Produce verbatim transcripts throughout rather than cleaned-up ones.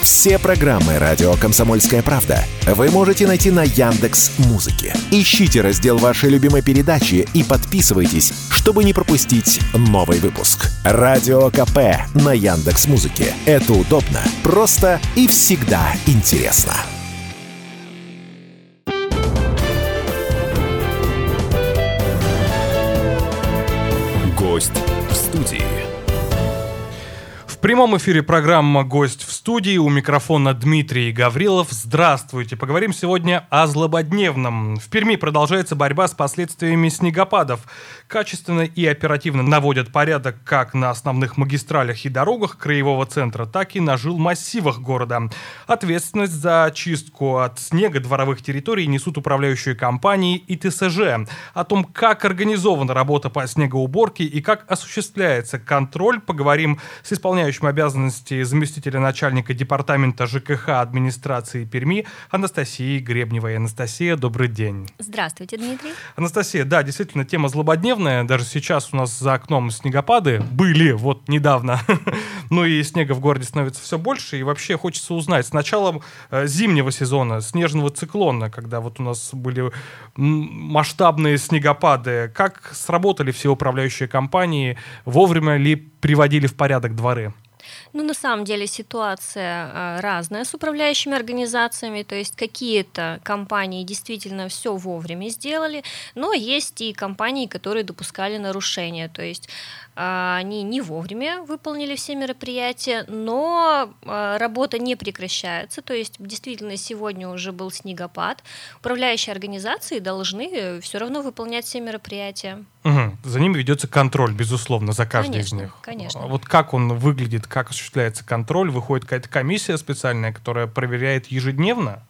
Все программы «Радио Комсомольская правда» вы можете найти на Яндекс.Музыке. Ищите раздел вашей любимой передачи и подписывайтесь, чтобы не пропустить новый выпуск. Радио КП на Яндекс.Музыке. Это удобно, просто и всегда интересно. Гость в студии. В прямом эфире программа «Гость в студии». У микрофона Дмитрий Гаврилов. Здравствуйте. Поговорим сегодня о злободневном. В Перми продолжается борьба с последствиями снегопадов. Качественно и оперативно наводят порядок как на основных магистралях и дорогах краевого центра, так и на жилмассивах города. Ответственность за чистку от снега дворовых территорий несут управляющие компании и ТСЖ. О том, как организована работа по снегоуборке и как осуществляется контроль, поговорим с исполняющим обязанности заместителя начальника департамента ЖКХ администрации Перми Анастасией Гребневой. Анастасия, добрый день. Здравствуйте, Дмитрий. Анастасия, да, действительно, тема злободневная. Даже сейчас у нас за окном снегопады были, вот недавно. Ну и снега в городе становится все больше. И вообще хочется узнать, с началом э, зимнего сезона, снежного циклона, когда вот у нас были масштабные снегопады, как сработали все управляющие компании, вовремя ли приводили в порядок дворы? Ну, на самом деле ситуация э, разная с управляющими организациями, то есть какие-то компании действительно все вовремя сделали, но есть и компании, которые допускали нарушения, то есть э, они не вовремя выполнили все мероприятия, но э, работа не прекращается, то есть действительно сегодня уже был снегопад, управляющие организации должны все равно выполнять все мероприятия. Угу. За ними ведется контроль, безусловно, за каждым Конечно, из них. Конечно. Вот как он выглядит, как осуществляется контроль? Выходит какая-то комиссия специальная, которая проверяет ежедневно?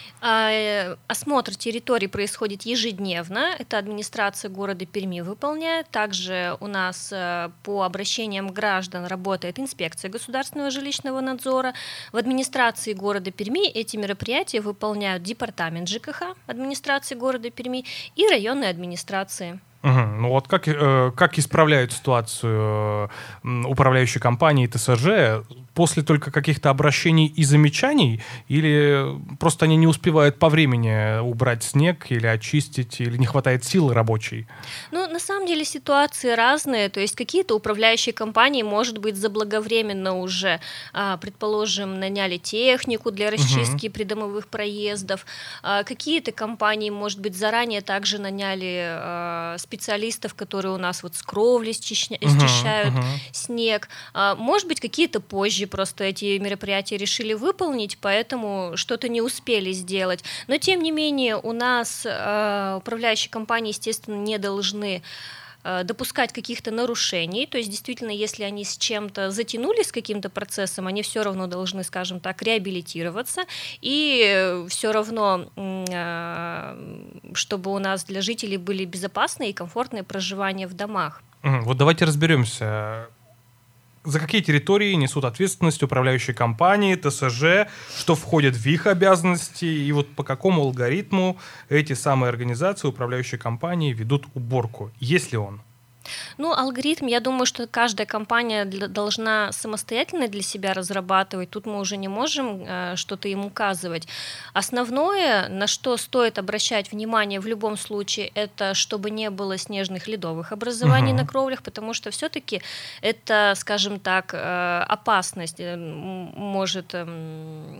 Осмотр территории происходит ежедневно. Это администрация города Перми выполняет. Также у нас по обращениям граждан работает инспекция государственного жилищного надзора. В администрации города Перми эти мероприятия выполняют департамент ЖКХ администрации города Перми и районные администрации. Угу. Ну вот как, э, как исправляют ситуацию э, управляющие компании ТСЖ? После только каких-то обращений и замечаний? Или просто они не успевают по времени убрать снег или очистить, или не хватает силы рабочей? Ну, на самом деле ситуации разные. То есть какие-то управляющие компании, может быть, заблаговременно уже, предположим, наняли технику для расчистки угу. придомовых проездов. Какие-то компании, может быть, заранее также наняли специалистов, которые у нас вот с кровли счищают uh-huh, uh-huh. снег. Может быть, какие-то позже просто эти мероприятия решили выполнить, поэтому что-то не успели сделать. Но, тем не менее, у нас управляющие компании, естественно, не должны допускать каких-то нарушений, то есть действительно, если они с чем-то затянулись, с каким-то процессом, они все равно должны, скажем так, реабилитироваться, и все равно, чтобы у нас для жителей были безопасные и комфортные проживания в домах. Вот давайте разберемся. За какие территории несут ответственность управляющие компании, ТСЖ, что входит в их обязанности, и вот по какому алгоритму эти самые организации, управляющие компании ведут уборку? Есть ли он? Ну, алгоритм, я думаю, что каждая компания для, должна самостоятельно для себя разрабатывать. Тут мы уже не можем э, что-то им указывать. Основное, на что стоит обращать внимание в любом случае, это чтобы не было снежных ледовых образований uh-huh. на кровлях, потому что все-таки это, скажем так, э, опасность э, может... Э,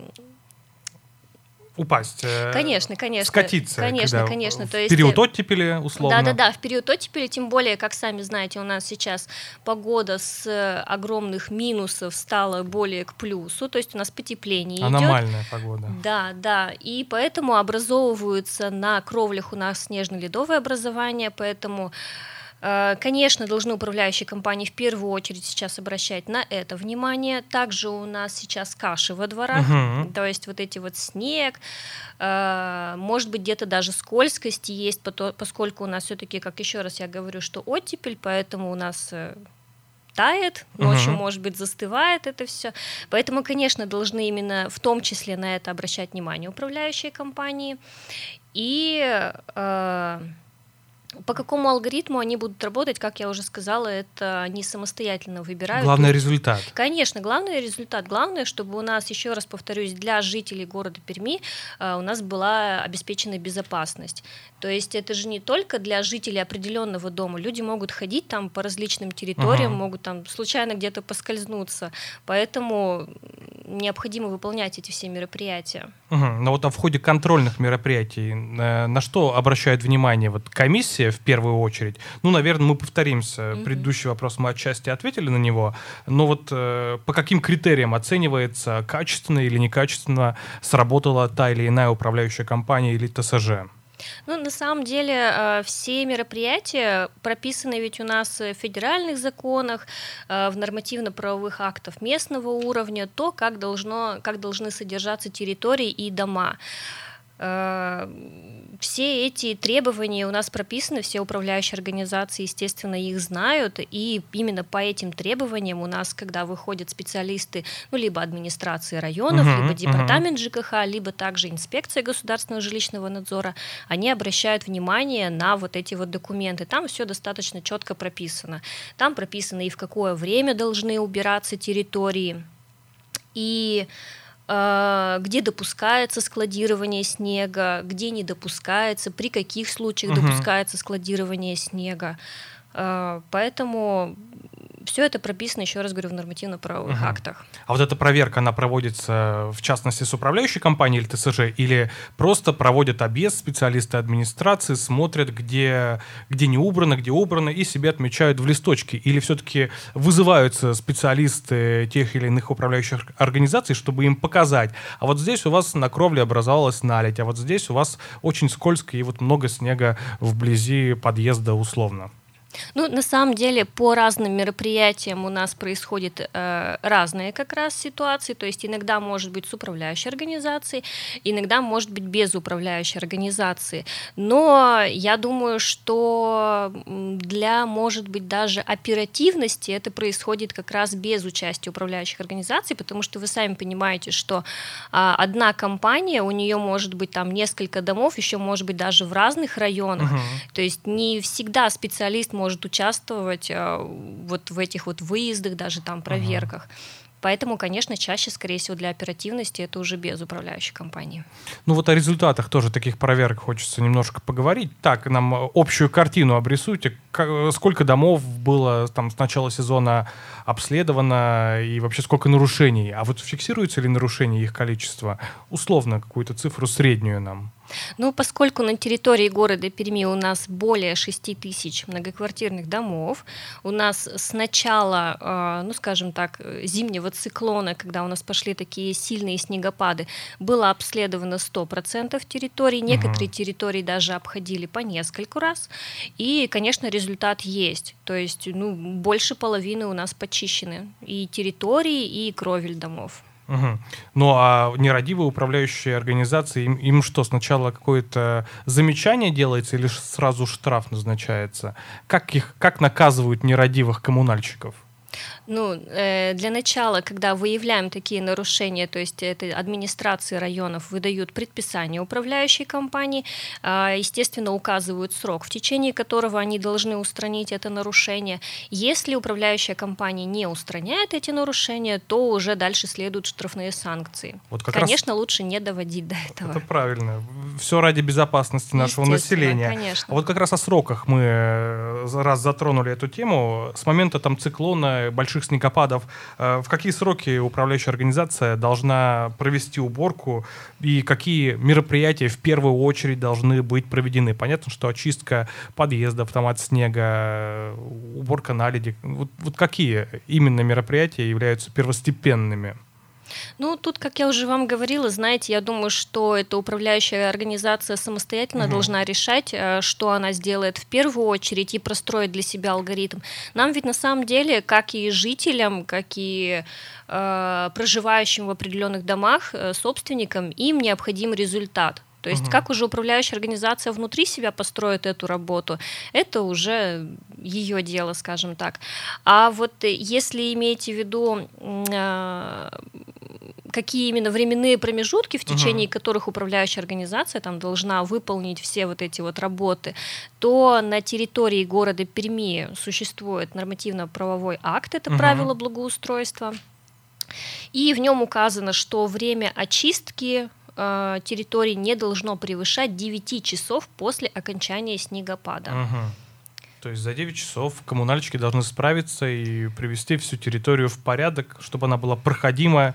упасть, конечно, конечно, скатиться, конечно, конечно. То в есть, период оттепели, условно. Да-да-да, в период оттепели, тем более, как сами знаете, у нас сейчас погода с огромных минусов стала более к плюсу, то есть у нас потепление идет. Аномальная погода. Да, да, и поэтому образовываются на кровлях у нас снежно-ледовые образования, поэтому... Конечно, должны управляющие компании в первую очередь сейчас обращать на это внимание. Также у нас сейчас каши во дворах, uh-huh. то есть вот эти вот снег, может быть, где-то даже скользкость есть, поскольку у нас все-таки, как еще раз я говорю, что оттепель, поэтому у нас тает, ночью, uh-huh. может быть, застывает это все. Поэтому, конечно, должны именно в том числе на это обращать внимание управляющие компании. И... По какому алгоритму они будут работать, как я уже сказала, это они самостоятельно выбирают. Главный результат. Конечно, главный результат. Главное, чтобы у нас, еще раз повторюсь, для жителей города Перми у нас была обеспечена безопасность. То есть это же не только для жителей определенного дома. Люди могут ходить там по различным территориям, uh-huh. могут там случайно где-то поскользнуться. Поэтому необходимо выполнять эти все мероприятия. Uh-huh. Но вот в ходе контрольных мероприятий на что обращают внимание? Вот комиссия в первую очередь. Ну, наверное, мы повторимся. Uh-huh. Предыдущий вопрос мы отчасти ответили на него. Но вот э, по каким критериям оценивается, качественно или некачественно сработала та или иная управляющая компания или ТСЖ? Ну, на самом деле, все мероприятия прописаны ведь у нас в федеральных законах, в нормативно-правовых актах местного уровня, то, как должно, как должны содержаться территории и дома. Все эти требования у нас прописаны, все управляющие организации, естественно, их знают, и именно по этим требованиям у нас, когда выходят специалисты, ну, либо администрации районов, uh-huh, либо департамент uh-huh. ЖКХ, либо также инспекция государственного жилищного надзора, они обращают внимание на вот эти вот документы. Там все достаточно четко прописано. Там прописано и в какое время должны убираться территории, и где допускается складирование снега, где не допускается, при каких случаях uh-huh. допускается складирование снега. Поэтому все это прописано, еще раз говорю, в нормативно-правовых uh-huh. актах. А вот эта проверка, она проводится, в частности, с управляющей компанией или ТСЖ, или просто проводят объезд специалисты администрации, смотрят, где, где не убрано, где убрано, и себе отмечают в листочке? Или все-таки вызываются специалисты тех или иных управляющих организаций, чтобы им показать, а вот здесь у вас на кровле образовалась наледь, а вот здесь у вас очень скользко и вот много снега вблизи подъезда условно? Ну, на самом деле, по разным мероприятиям у нас происходят э, разные как раз ситуации, то есть иногда может быть с управляющей организацией, иногда может быть без управляющей организации, но я думаю, что для, может быть, даже оперативности это происходит как раз без участия управляющих организаций, потому что вы сами понимаете, что э, одна компания, у нее может быть там несколько домов, еще может быть даже в разных районах, uh-huh. то есть не всегда специалист может может участвовать э, вот в этих вот выездах, даже там проверках. Uh-huh. Поэтому, конечно, чаще, скорее всего, для оперативности это уже без управляющей компании. Ну вот о результатах тоже таких проверок хочется немножко поговорить. Так, нам общую картину обрисуйте. Сколько домов было там с начала сезона обследовано и вообще сколько нарушений? А вот фиксируется ли нарушение, их количество? Условно, какую-то цифру среднюю нам. Ну, поскольку на территории города Перми у нас более шести тысяч многоквартирных домов, у нас с начала, ну, скажем так, зимнего циклона, когда у нас пошли такие сильные снегопады, было обследовано сто процентов территорий, некоторые uh-huh. территории даже обходили по нескольку раз, и, конечно, результат есть, то есть, ну, больше половины у нас почищены и территории, и кровель домов. Угу. Ну а нерадивые управляющие организации, им, им что, сначала какое-то замечание делается или сразу штраф назначается? Как их, как наказывают нерадивых коммунальщиков? Ну, э, для начала, когда выявляем такие нарушения, то есть это администрации районов выдают предписание управляющей компании, э, естественно, указывают срок, в течение которого они должны устранить это нарушение. Если управляющая компания не устраняет эти нарушения, то уже дальше следуют штрафные санкции. Вот конечно, раз... лучше не доводить до этого. Это правильно. Все ради безопасности нашего населения. Конечно. А вот как раз о сроках мы раз затронули эту тему. С момента там циклона, больших снегопадов, в какие сроки управляющая организация должна провести уборку и какие мероприятия в первую очередь должны быть проведены? Понятно, что очистка подъездов там, от снега, уборка наледи. Вот, вот какие именно мероприятия являются первостепенными? Ну, тут, как я уже вам говорила, знаете, я думаю, что эта управляющая организация самостоятельно угу. должна решать, что она сделает в первую очередь и простроить для себя алгоритм. Нам ведь на самом деле, как и жителям, как и э, проживающим в определенных домах, э, собственникам, им необходим результат. То есть, угу. как уже управляющая организация внутри себя построит эту работу, это уже ее дело, скажем так. А вот если имеете в виду, какие именно временные промежутки, в течение угу. которых управляющая организация там должна выполнить все вот эти вот работы, то на территории города Перми существует нормативно-правовой акт, это угу. правило благоустройства, и в нем указано, что время очистки территории не должно превышать девять часов после окончания снегопада. Угу. То есть за девять часов коммунальщики должны справиться и привести всю территорию в порядок, чтобы она была проходимая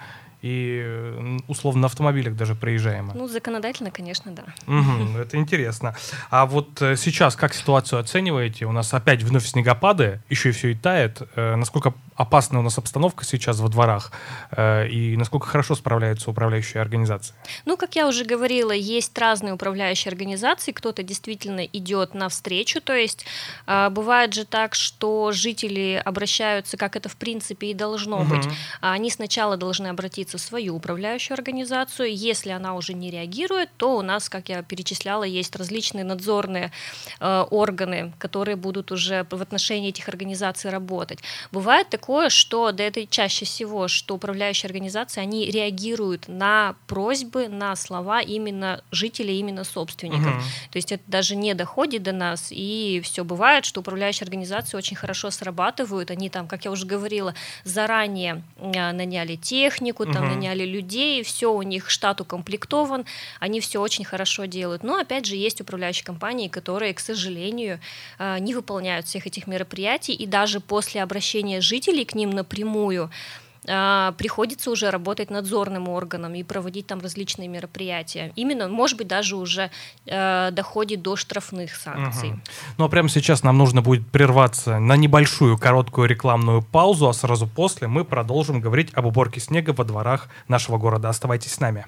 и условно на автомобилях даже проезжаемая. Ну, законодательно, конечно, да. Угу, это интересно. А вот сейчас как ситуацию оцениваете? У нас опять вновь снегопады, еще и все и тает. Насколько опасна у нас обстановка сейчас во дворах и насколько хорошо справляются управляющие организации? Ну, как я уже говорила, есть разные управляющие организации, кто-то действительно идет навстречу, то есть бывает же так, что жители обращаются, как это в принципе и должно угу. быть. Они сначала должны обратиться в свою управляющую организацию. Если она уже не реагирует, то у нас, как я перечисляла, есть различные надзорные э, органы, которые будут уже в отношении этих организаций работать. Бывает такое, что, да это чаще всего, что управляющие организации, они реагируют на просьбы, на слова именно жителей, именно собственников. Угу. То есть это даже не доходит до нас, и все бывает, что управляющие организации очень хорошо срабатывают, они там, как я уже говорила, заранее э, наняли технику, там, наняли людей, все у них штат укомплектован, они все очень хорошо делают. Но опять же есть управляющие компании, которые, к сожалению, не выполняют всех этих мероприятий, и даже после обращения жителей к ним напрямую приходится уже работать надзорным органом и проводить там различные мероприятия. Именно, может быть, даже уже э, доходит до штрафных санкций. Угу. Ну а прямо сейчас нам нужно будет прерваться на небольшую короткую рекламную паузу, а сразу после мы продолжим говорить об уборке снега во дворах нашего города. Оставайтесь с нами.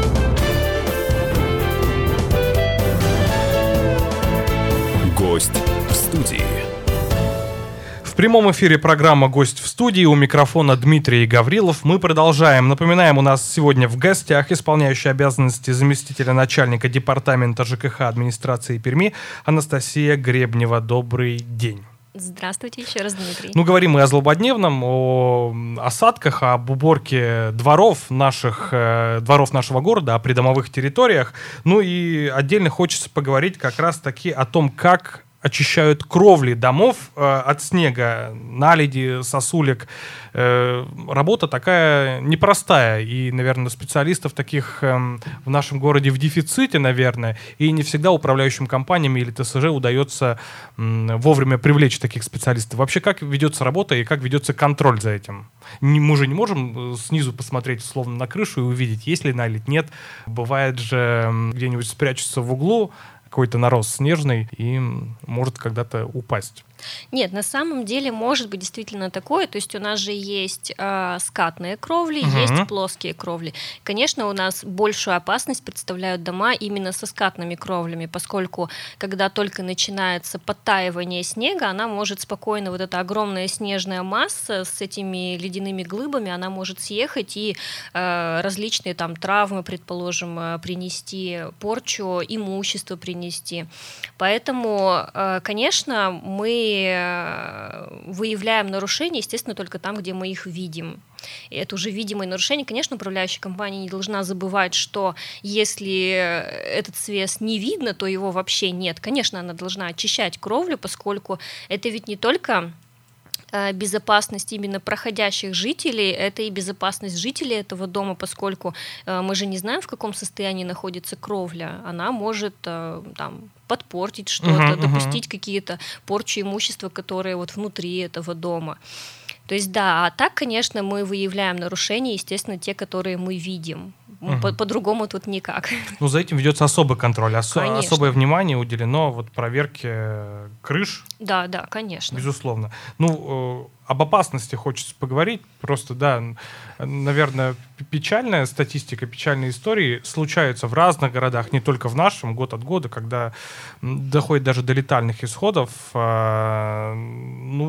Гость в студии. В прямом эфире программа «Гость в студии». У микрофона Дмитрий Гаврилов. Мы продолжаем. Напоминаем, у нас сегодня в гостях исполняющая обязанности заместителя начальника департамента ЖКХ администрации Перми Анастасия Гребнева. Добрый день. Здравствуйте еще раз, Дмитрий. Ну, говорим мы о злободневном, о осадках, об уборке дворов наших, э, дворов нашего города, о придомовых территориях. Ну и отдельно хочется поговорить как раз-таки о том, как очищают кровли домов э, от снега, наледи, сосулек. Э, работа такая непростая, и, наверное, специалистов таких э, в нашем городе в дефиците, наверное, и не всегда управляющим компаниями или ТСЖ удается э, вовремя привлечь таких специалистов. Вообще, как ведется работа и как ведется контроль за этим? Не, мы же не можем снизу посмотреть, условно, на крышу и увидеть, есть ли наледь, нет. Бывает же, где-нибудь спрячутся в углу какой-то нарост снежный и может когда-то упасть. Нет, на самом деле может быть действительно такое, то есть у нас же есть э, скатные кровли, угу. есть плоские кровли. Конечно, у нас большую опасность представляют дома именно со скатными кровлями, поскольку когда только начинается подтаивание снега, она может спокойно, вот эта огромная снежная масса с этими ледяными глыбами, она может съехать и э, различные там травмы, предположим, э, принести, порчу, имущество принести. Поэтому, э, конечно, мы выявляем нарушения, естественно, только там, где мы их видим. И это уже видимое нарушение. Конечно, управляющая компания не должна забывать, что если этот свес не видно, то его вообще нет. Конечно, она должна очищать кровлю, поскольку это ведь не только безопасность именно проходящих жителей, это и безопасность жителей этого дома, поскольку мы же не знаем, в каком состоянии находится кровля. Она может там подпортить что-то, uh-huh, допустить uh-huh. какие-то порчу имущества, которые вот внутри этого дома. То есть да, а так, конечно, мы выявляем нарушения, естественно, те, которые мы видим. Угу. По- по-другому тут никак. Ну, за этим ведется особый контроль, осо- особое внимание уделено вот проверке крыш. Да, да, конечно. Безусловно. Ну, э- об опасности хочется поговорить. Просто, да, наверное, печальная статистика, печальные истории случаются в разных городах, не только в нашем, год от года, когда доходит даже до летальных исходов. Э- ну,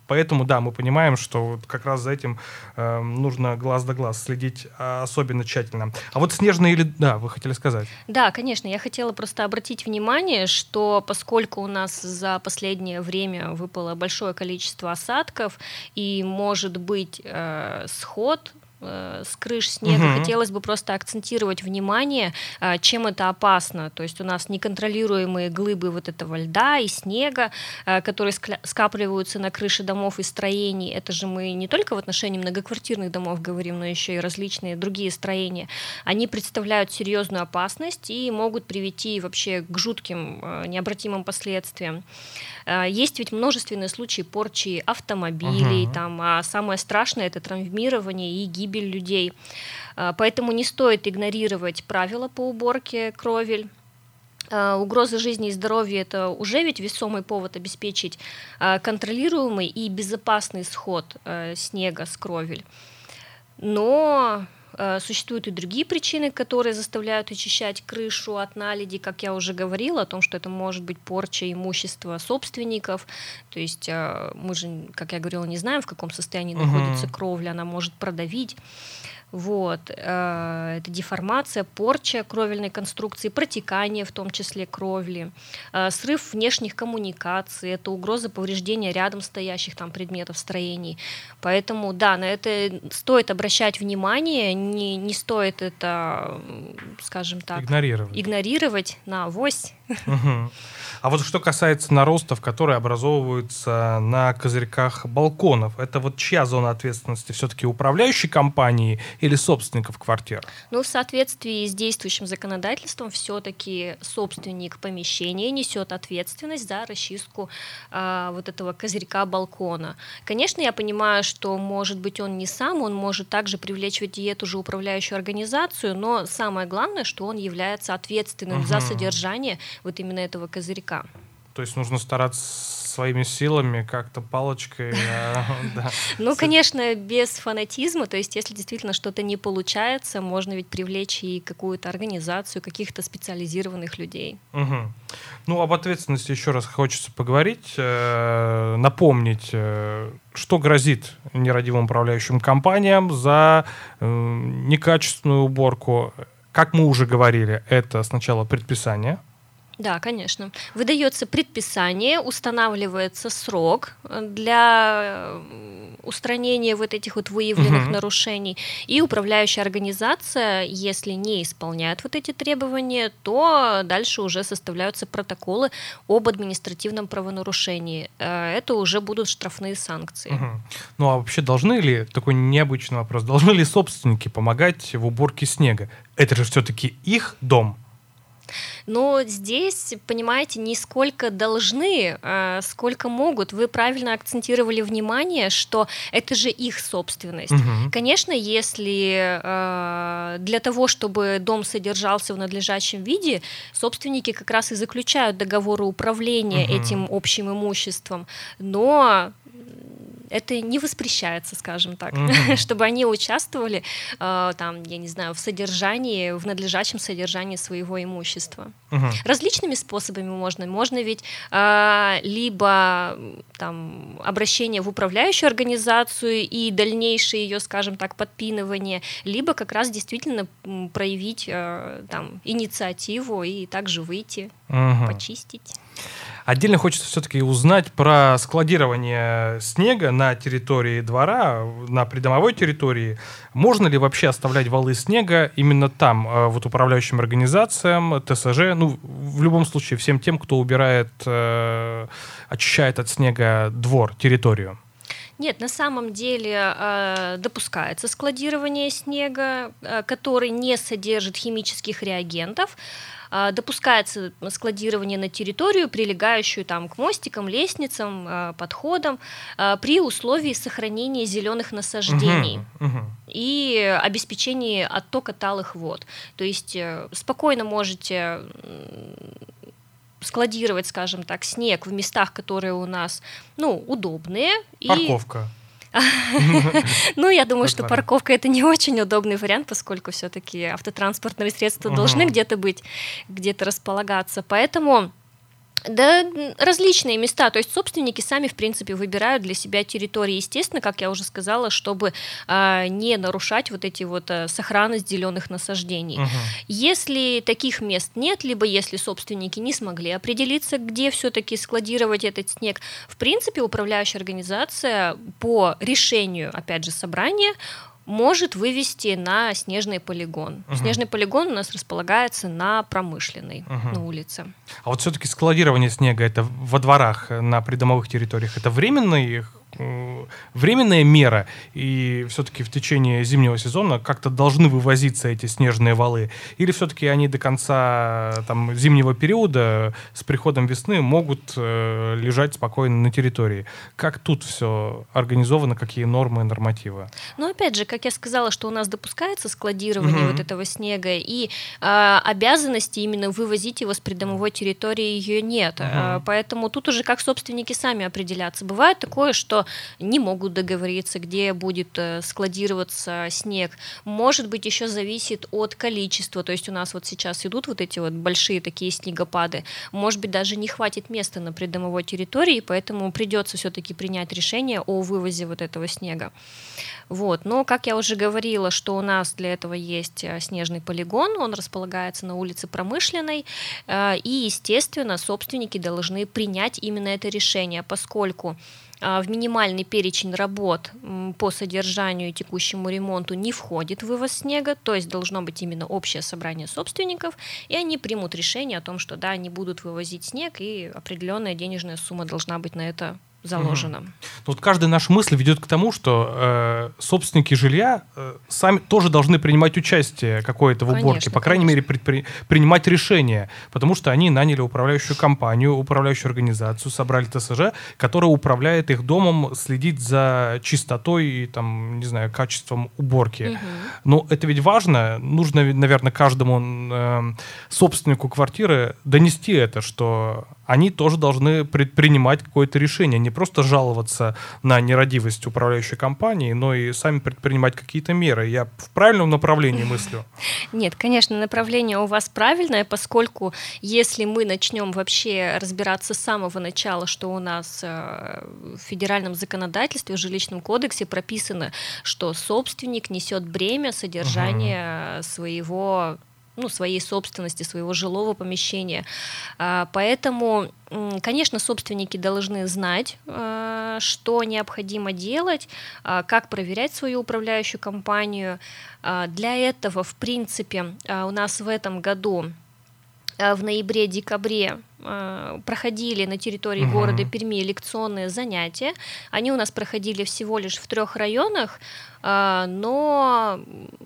Поэтому, да, мы понимаем, что вот как раз за этим э, нужно глаз да глаз следить особенно тщательно. А вот снежные или... Да, вы хотели сказать? Да, конечно. Я хотела просто обратить внимание, что поскольку у нас за последнее время выпало большое количество осадков и, может быть, э, сход с крыш снега, угу. хотелось бы просто акцентировать внимание, чем это опасно. То есть у нас неконтролируемые глыбы вот этого льда и снега, которые скапливаются на крыше домов и строений. Это же мы не только в отношении многоквартирных домов говорим, но еще и различные другие строения. Они представляют серьезную опасность и могут привести вообще к жутким, необратимым последствиям. Есть ведь множественные случаи порчи автомобилей, угу. там, а самое страшное — это травмирование и гибель людей. Поэтому не стоит игнорировать правила по уборке кровель. Угроза жизни и здоровья — это уже ведь весомый повод обеспечить контролируемый и безопасный сход снега с кровель. Но существуют и другие причины, которые заставляют очищать крышу от наледи, как я уже говорила, о том, что это может быть порча имущества собственников. То есть мы же, как я говорила, не знаем, в каком состоянии uh-huh. находится кровля, она может продавить. Вот. Это деформация, порча кровельной конструкции, протекание, в том числе кровли, срыв внешних коммуникаций, это угроза повреждения рядом стоящих там предметов строений. Поэтому, да, на это стоит обращать внимание, не, не стоит это, скажем так, игнорировать, игнорировать на авось. Угу. А вот что касается наростов, которые образовываются на козырьках балконов, это вот чья зона ответственности? Все-таки управляющей компании или собственников квартир? Ну, в соответствии с действующим законодательством, все-таки собственник помещения несет ответственность за расчистку а, вот этого козырька балкона. Конечно, я понимаю, что, может быть, он не сам, он может также привлечь ведь и эту же управляющую организацию, но самое главное, что он является ответственным угу. за содержание вот именно этого козырька. То есть нужно стараться своими силами, как-то палочкой. Ну, конечно, без фанатизма. То есть если действительно что-то не получается, можно ведь привлечь и какую-то организацию, каких-то специализированных людей. Ну, об ответственности еще раз хочется поговорить, напомнить, что грозит нерадивым управляющим компаниям за некачественную уборку. Как мы уже говорили, это сначала предписание. Да, конечно. Выдается предписание, устанавливается срок для устранения вот этих вот выявленных угу. нарушений, и управляющая организация, если не исполняет вот эти требования, то дальше уже составляются протоколы об административном правонарушении. Это уже будут штрафные санкции. Угу. Ну а вообще должны ли, такой необычный вопрос, должны ли собственники помогать в уборке снега? Это же все-таки их дом. Но здесь, понимаете, не сколько должны, а сколько могут. Вы правильно акцентировали внимание, что это же их собственность. Угу. Конечно, если э, для того, чтобы дом содержался в надлежащем виде, собственники как раз и заключают договоры управления угу. этим общим имуществом, но это не воспрещается, скажем так, mm-hmm. чтобы они участвовали э, там, я не знаю, в содержании, в надлежащем содержании своего имущества. Mm-hmm. Различными способами можно. Можно ведь э, либо там, обращение в управляющую организацию и дальнейшее ее, скажем так, подпинывание, либо как раз действительно проявить э, там, инициативу и также выйти, mm-hmm. почистить. Отдельно хочется все-таки узнать про складирование снега на территории двора, на придомовой территории. Можно ли вообще оставлять валы снега именно там, вот управляющим организациям, ТСЖ, ну, в любом случае, всем тем, кто убирает, очищает от снега двор, территорию? Нет, на самом деле э, допускается складирование снега, э, который не содержит химических реагентов. Э, допускается складирование на территорию, прилегающую там, к мостикам, лестницам, э, подходам, э, при условии сохранения зеленых насаждений угу, угу. и обеспечения оттока талых вод. То есть э, спокойно можете складировать, скажем так, снег в местах, которые у нас, ну, удобные. Парковка. Ну, я думаю, что парковка — это не очень удобный вариант, поскольку все-таки автотранспортные средства должны где-то быть, где-то располагаться. Поэтому Да, различные места, то есть собственники сами, в принципе, выбирают для себя территории, естественно, как я уже сказала, чтобы а, не нарушать вот эти вот а, сохранность зеленых насаждений. Угу. Если таких мест нет, либо если собственники не смогли определиться, где все-таки складировать этот снег, в принципе, управляющая организация по решению, опять же, собрания может вывести на снежный полигон. Угу. Снежный полигон у нас располагается на Промышленной, угу. на улице. А вот все-таки складирование снега это во дворах, на придомовых территориях, это временный временная мера, и все-таки в течение зимнего сезона как-то должны вывозиться эти снежные валы, или все-таки они до конца там, зимнего периода с приходом весны могут э, лежать спокойно на территории? Как тут все организовано, какие нормы и нормативы? Ну, опять же, как я сказала, что у нас допускается складирование угу. вот этого снега, и э, обязанности именно вывозить его с придомовой территории ее нет. Угу. Э, поэтому тут уже как собственники сами определяться. Бывает такое, что не могут договориться, где будет складироваться снег. Может быть, еще зависит от количества. То есть у нас вот сейчас идут вот эти вот большие такие снегопады. Может быть, даже не хватит места на придомовой территории, поэтому придется все-таки принять решение о вывозе вот этого снега. Вот. Но, как я уже говорила, что у нас для этого есть снежный полигон, он располагается на улице Промышленной, и, естественно, собственники должны принять именно это решение, поскольку в минимальный перечень работ по содержанию и текущему ремонту не входит вывоз снега, то есть должно быть именно общее собрание собственников, и они примут решение о том, что да, они будут вывозить снег, и определенная денежная сумма должна быть на это заложено. Угу. Вот каждая наша мысль ведет к тому, что э, собственники жилья э, сами тоже должны принимать участие какое-то в уборке, конечно, по крайней конечно. мере предпри... принимать решения, потому что они наняли управляющую компанию, управляющую организацию, собрали ТСЖ, которая управляет их домом, следит за чистотой и там, не знаю, качеством уборки. Угу. Но это ведь важно, нужно, наверное, каждому э, собственнику квартиры донести это, что они тоже должны предпринимать какое-то решение, не просто жаловаться на нерадивость управляющей компании, но и сами предпринимать какие-то меры. Я в правильном направлении мыслю? Нет, конечно, направление у вас правильное, поскольку если мы начнем вообще разбираться с самого начала, что у нас в федеральном законодательстве, в жилищном кодексе прописано, что собственник несет бремя содержания угу. своего ну, своей собственности, своего жилого помещения. Поэтому, конечно, собственники должны знать, что необходимо делать, как проверять свою управляющую компанию. Для этого, в принципе, у нас в этом году в ноябре-декабре проходили на территории угу. города Перми лекционные занятия. Они у нас проходили всего лишь в трех районах, но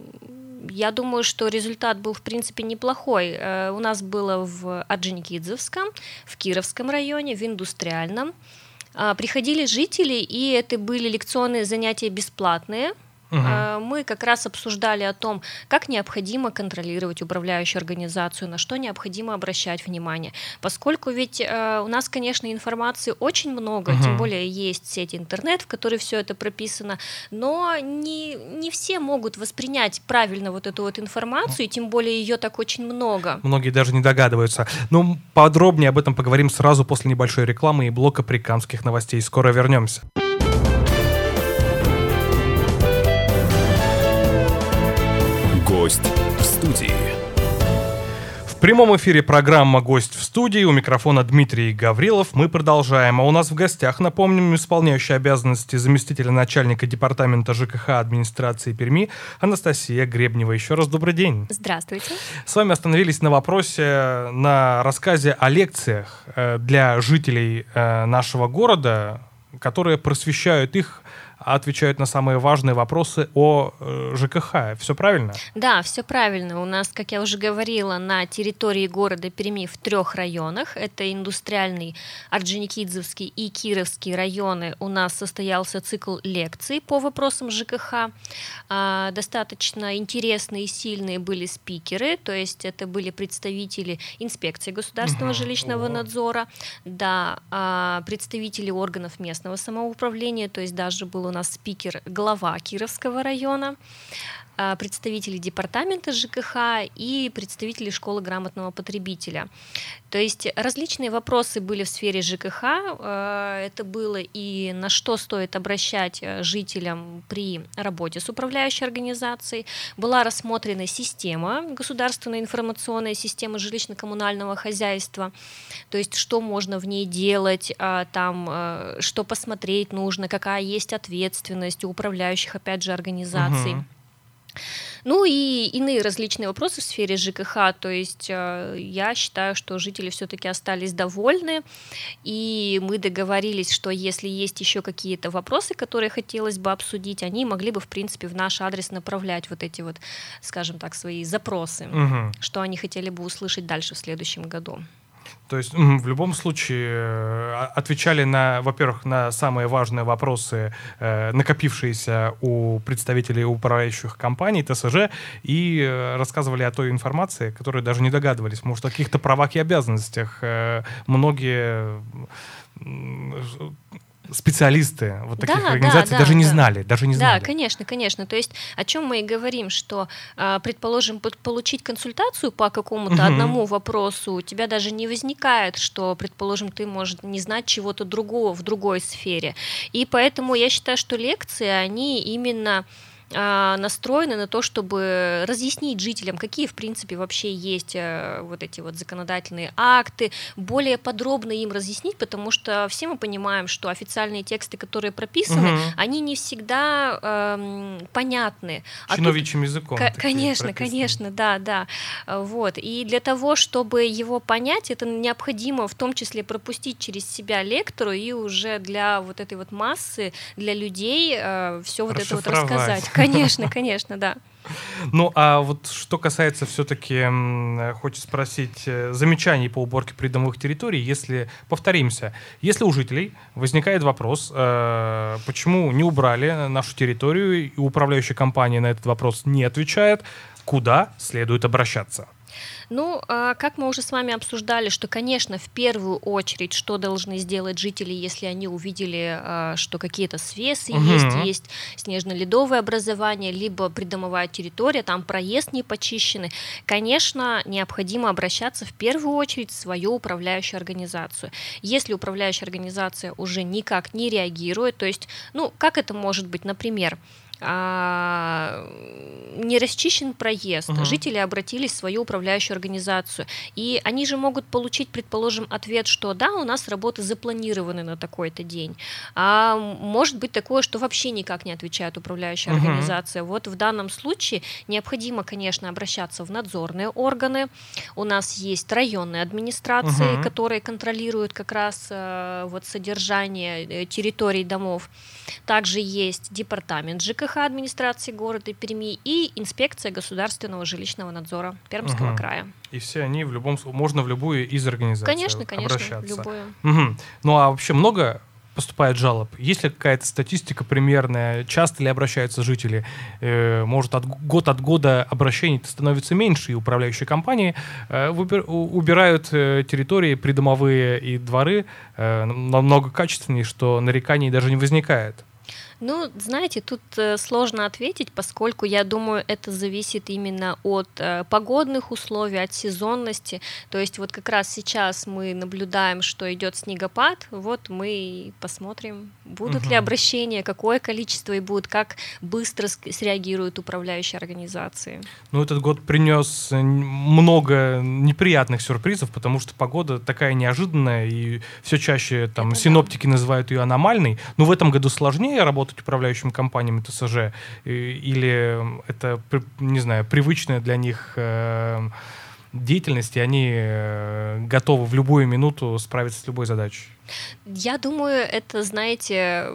я думаю, что результат был, в принципе, неплохой. У нас было в Орджоникидзевском, в Кировском районе, в Индустриальном. Приходили жители, и это были лекционные занятия бесплатные. Угу. Мы как раз обсуждали о том, как необходимо контролировать управляющую организацию, на что необходимо обращать внимание. Поскольку ведь э, у нас, конечно, информации очень много, угу. тем более есть сеть интернет, в которой все это прописано, но не, не все могут воспринять правильно вот эту вот информацию, и тем более ее так очень много. Многие даже не догадываются. Но подробнее об этом поговорим сразу после небольшой рекламы и блока прикамских новостей. Скоро вернемся. Гость в студии. В прямом эфире программа «Гость в студии». У микрофона Дмитрий Гаврилов. Мы продолжаем. А у нас в гостях, напомним, исполняющая обязанности заместителя начальника департамента ЖКХ администрации Перми Анастасия Гребнева. Еще раз добрый день. Здравствуйте. С вами остановились на вопросе, на рассказе о лекциях для жителей нашего города, которые просвещают их, отвечают на самые важные вопросы о э, ЖКХ. Все правильно? Да, все правильно. У нас, как я уже говорила, на территории города Перми в трех районах, это Индустриальный, Орджоникидзевский и Кировский районы, у нас состоялся цикл лекций по вопросам ЖКХ. А, достаточно интересные и сильные были спикеры, то есть это были представители инспекции государственного угу. жилищного О. надзора, да, а, представители органов местного самоуправления, то есть даже был у нас спикер глава Кировского района. представители департамента ЖКХ и представители школы грамотного потребителя. То есть различные вопросы были в сфере ЖКХ. Это было и на что стоит обращать жителям при работе с управляющей организацией. Была рассмотрена система, государственная информационная система жилищно-коммунального хозяйства, то есть что можно в ней делать, там, что посмотреть нужно, какая есть ответственность у управляющих, опять же, организаций. Угу. Ну и иные различные вопросы в сфере ЖКХ, то есть я считаю, что жители все-таки остались довольны, и мы договорились, что если есть еще какие-то вопросы, которые хотелось бы обсудить, они могли бы, в принципе, в наш адрес направлять вот эти вот, скажем так, свои запросы, угу. что они хотели бы услышать дальше в следующем году. То есть в любом случае отвечали на, во-первых, на самые важные вопросы, накопившиеся у представителей управляющих компаний, ТСЖ, и рассказывали о той информации, которой даже не догадывались. Может, о каких-то правах и обязанностях многие специалисты вот таких да, организаций да, даже да, не да. знали, даже не знали. Да, конечно, конечно. То есть о чем мы и говорим, что, предположим, получить консультацию по какому-то угу. одному вопросу, у тебя даже не возникает, что, предположим, ты можешь не знать чего-то другого в другой сфере. И поэтому я считаю, что лекции, они именно настроены на то, чтобы разъяснить жителям, какие, в принципе, вообще есть вот эти вот законодательные акты, более подробно им разъяснить, потому что все мы понимаем, что официальные тексты, которые прописаны, угу. они не всегда э, понятны. Чиновичьим а тут, языком. К- конечно, конечно, да, да. Вот. И для того, чтобы его понять, это необходимо в том числе пропустить через себя лектору и уже для вот этой вот массы, для людей э, все вот это вот рассказать. Конечно, конечно, да. Ну, а вот что касается все-таки, хочется спросить, замечаний по уборке придомовых территорий, если, повторимся, если у жителей возникает вопрос, э, почему не убрали нашу территорию, и управляющая компания на этот вопрос не отвечает, куда следует обращаться? Ну, как мы уже с вами обсуждали, что, конечно, в первую очередь, что должны сделать жители, если они увидели, что какие-то свесы угу. есть, есть снежно-ледовое образование, либо придомовая территория, там проезд не почищенный, конечно, необходимо обращаться в первую очередь в свою управляющую организацию. Если управляющая организация уже никак не реагирует, то есть, ну, как это может быть, например, А, не расчищен проезд, uh-huh. жители обратились в свою управляющую организацию, и они же могут получить, предположим, ответ, что да, у нас работы запланированы на такой-то день, а может быть такое, что вообще никак не отвечает управляющая uh-huh. организация. Вот в данном случае необходимо, конечно, обращаться в надзорные органы. У нас есть районные администрации, uh-huh. которые контролируют как раз вот содержание территорий домов. Также есть департамент ЖКХ администрации города Перми и инспекция государственного жилищного надзора Пермского угу. края. И все они в любом случае, можно в любую из организаций конечно, конечно, обращаться. В любую. Угу. Ну а вообще много поступает жалоб? Есть ли какая-то статистика примерная? Часто ли обращаются жители? Э, может, от, год от года обращений становится меньше, и управляющие компании э, выбир, убирают э, территории придомовые и дворы э, намного качественнее, что нареканий даже не возникает? Ну, знаете, тут э, сложно ответить, поскольку, я думаю, это зависит именно от э, погодных условий, от сезонности. То есть вот как раз сейчас мы наблюдаем, что идет снегопад, вот мы посмотрим, будут угу. ли обращения, какое количество и будут, как быстро среагируют управляющие организации. Ну, этот год принес много неприятных сюрпризов, потому что погода такая неожиданная, и все чаще там это синоптики да. называют ее аномальной. Но в этом году сложнее работать управляющим компаниями ТСЖ, или это, не знаю, привычная для них э, деятельность, и они э, готовы в любую минуту справиться с любой задачей? Я думаю, это, знаете,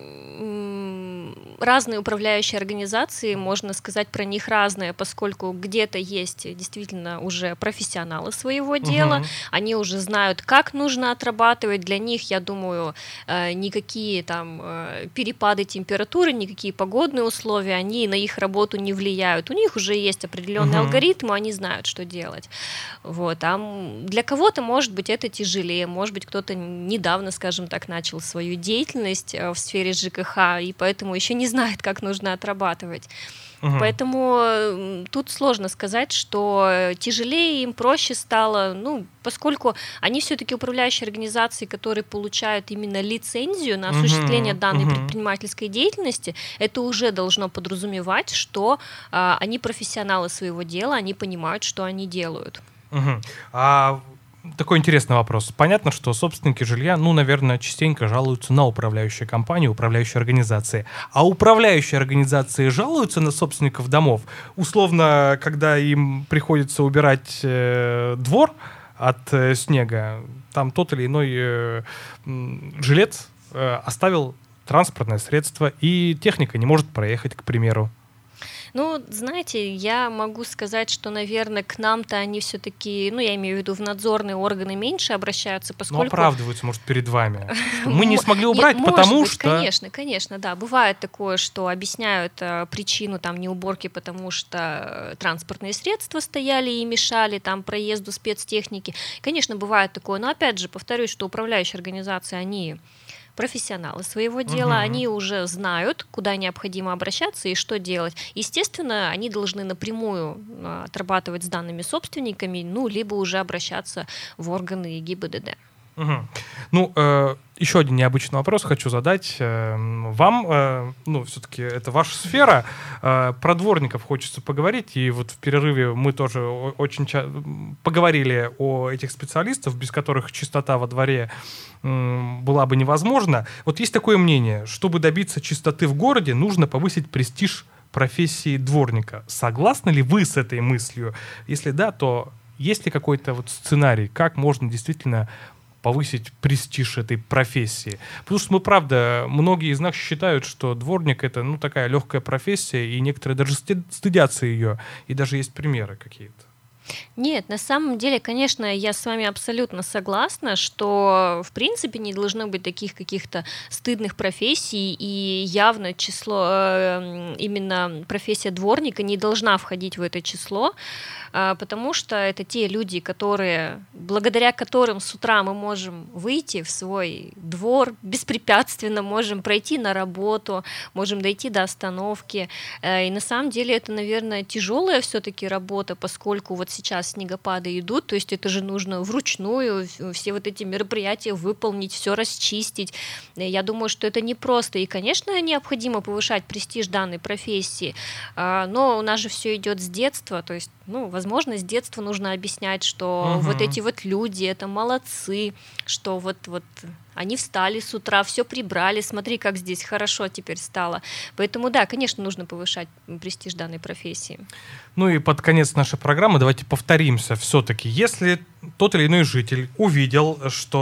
разные управляющие организации, можно сказать про них разные, поскольку где-то есть действительно уже профессионалы своего дела, угу. они уже знают, как нужно отрабатывать. Для них, я думаю, никакие там перепады температуры, никакие погодные условия, они на их работу не влияют. У них уже есть определенные угу. алгоритмы, они знают, что делать. Вот. А для кого-то, может быть, это тяжелее, может быть, кто-то недавно, скажем так, начал свою деятельность в сфере ЖКХ, и поэтому еще не знает, как нужно отрабатывать. Угу. Поэтому тут сложно сказать, что тяжелее им, проще стало, ну, поскольку они все-таки управляющие организации, которые получают именно лицензию на осуществление угу. данной угу. предпринимательской деятельности, это уже должно подразумевать, что а, они профессионалы своего дела, они понимают, что они делают. Угу. А такой интересный вопрос. Понятно, что собственники жилья, ну, наверное, частенько жалуются на управляющие компании, управляющие организации. А управляющие организации жалуются на собственников домов? Условно, когда им приходится убирать э, двор от э, снега, там тот или иной э, жилец э, оставил транспортное средство, и техника не может проехать, к примеру. Ну, знаете, я могу сказать, что, наверное, к нам-то они все-таки, ну, я имею в виду, в надзорные органы меньше обращаются, поскольку... Ну, оправдываются, может, перед вами. Мы не смогли убрать, потому что... Конечно, конечно, да. Бывает такое, что объясняют причину там неуборки, потому что транспортные средства стояли и мешали там проезду спецтехники. Конечно, бывает такое, но, опять же, повторюсь, что управляющие организации, они... профессионалы своего дела, угу. они уже знают, куда необходимо обращаться и что делать. Естественно, они должны напрямую отрабатывать с данными собственниками, ну, либо уже обращаться в органы ГИБДД. Угу. Ну, э, еще один необычный вопрос хочу задать э, вам. Э, ну, все-таки это ваша сфера. Э, про дворников хочется поговорить. И вот в перерыве мы тоже очень ча- поговорили о этих специалистах, без которых чистота во дворе э, была бы невозможна. Вот есть такое мнение, чтобы добиться чистоты в городе, нужно повысить престиж профессии дворника. Согласны ли вы с этой мыслью? Если да, то есть ли какой-то вот сценарий, как можно действительно повысить престиж этой профессии? Потому что мы, правда, многие из нас считают, что дворник — это, ну, такая легкая профессия, и некоторые даже стыдятся ее, и даже есть примеры какие-то. Нет, на самом деле, конечно, я с вами абсолютно согласна, что в принципе не должно быть таких каких-то стыдных профессий, и явно число, именно профессия дворника не должна входить в это число, потому что это те люди, которые, благодаря которым с утра мы можем выйти в свой двор, беспрепятственно можем пройти на работу, можем дойти до остановки. И на самом деле это, наверное, тяжелая все-таки работа, поскольку вот сейчас снегопады идут, то есть это же нужно вручную все вот эти мероприятия выполнить, все расчистить. Я думаю, что это непросто. И, конечно, необходимо повышать престиж данной профессии, но у нас же все идет с детства, то есть, ну, возможно, с детства нужно объяснять, что угу. вот эти вот люди, это молодцы, что вот, вот они встали с утра, все прибрали, смотри, как здесь хорошо теперь стало. Поэтому, да, конечно, нужно повышать престиж данной профессии. Ну и под конец нашей программы давайте повторимся все-таки. Если тот или иной житель увидел,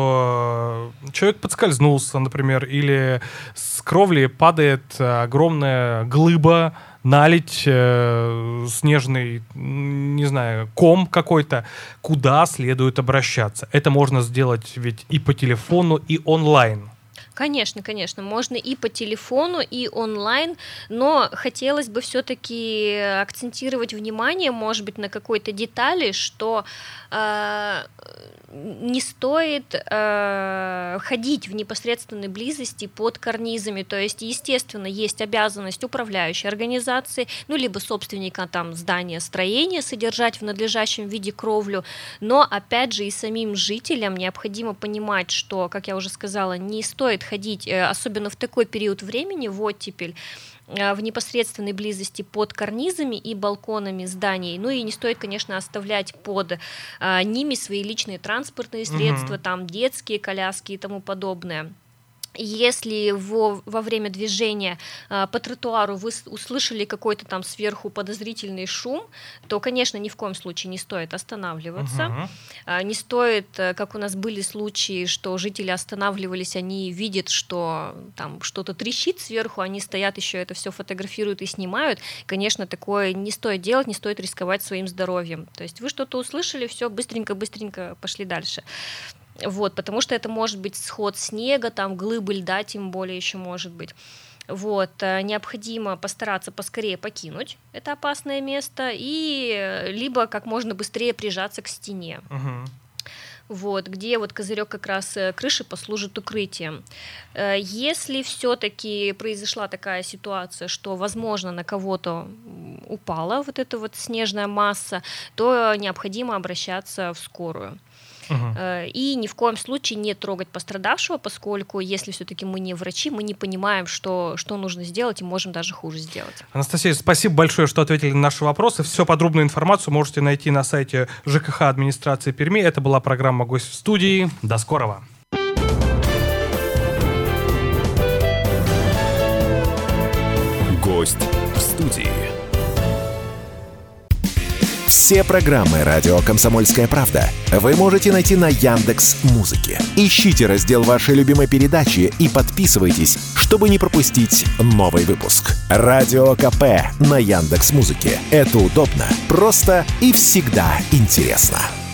что человек подскользнулся, например, или с кровли падает огромная глыба, налить э, снежный, не знаю, ком какой-то, куда следует обращаться? Это можно сделать ведь и по телефону, и онлайн. Конечно, конечно, можно и по телефону, и онлайн, но хотелось бы все-таки акцентировать внимание, может быть, на какой-то детали, что э, не стоит э, ходить в непосредственной близости под карнизами, то есть, естественно, есть обязанность управляющей организации, ну, либо собственника там здания, строения содержать в надлежащем виде кровлю, но, опять же, и самим жителям необходимо понимать, что, как я уже сказала, не стоит ходить, особенно в такой период времени, в оттепель, в непосредственной близости под карнизами и балконами зданий. Ну и не стоит, конечно, оставлять под а, ними свои личные транспортные средства, угу. там детские коляски и тому подобное. Если во, во время движения э, по тротуару вы услышали какой-то там сверху подозрительный шум, то, конечно, ни в коем случае не стоит останавливаться. Uh-huh. Э, не стоит, э, как у нас были случаи, что жители останавливались, они видят, что там что-то трещит сверху, они стоят еще это все фотографируют и снимают. Конечно, такое не стоит делать, не стоит рисковать своим здоровьем. То есть вы что-то услышали, все, быстренько-быстренько пошли дальше. Вот, потому что это может быть сход снега, там глыбы льда, тем более еще может быть. Вот, необходимо постараться поскорее покинуть это опасное место и либо как можно быстрее прижаться к стене. Угу. вот, где вот козырек как раз крыши послужит укрытием. Если все-таки произошла такая ситуация, что, возможно, на кого-то упала вот эта вот снежная масса, то необходимо обращаться в скорую. Uh-huh. И ни в коем случае не трогать пострадавшего, поскольку если все-таки мы не врачи, мы не понимаем, что, что нужно сделать, и можем даже хуже сделать. Анастасия, спасибо большое, что ответили на наши вопросы. Всю подробную информацию можете найти на сайте ЖКХ администрации Перми. Это была программа «Гость в студии». До скорого. Гость в студии. Все программы «Радио Комсомольская правда» вы можете найти на Яндекс.Музыке. Ищите раздел вашей любимой передачи и подписывайтесь, чтобы не пропустить новый выпуск. Радио КП на Яндекс.Музыке. Это удобно, просто и всегда интересно.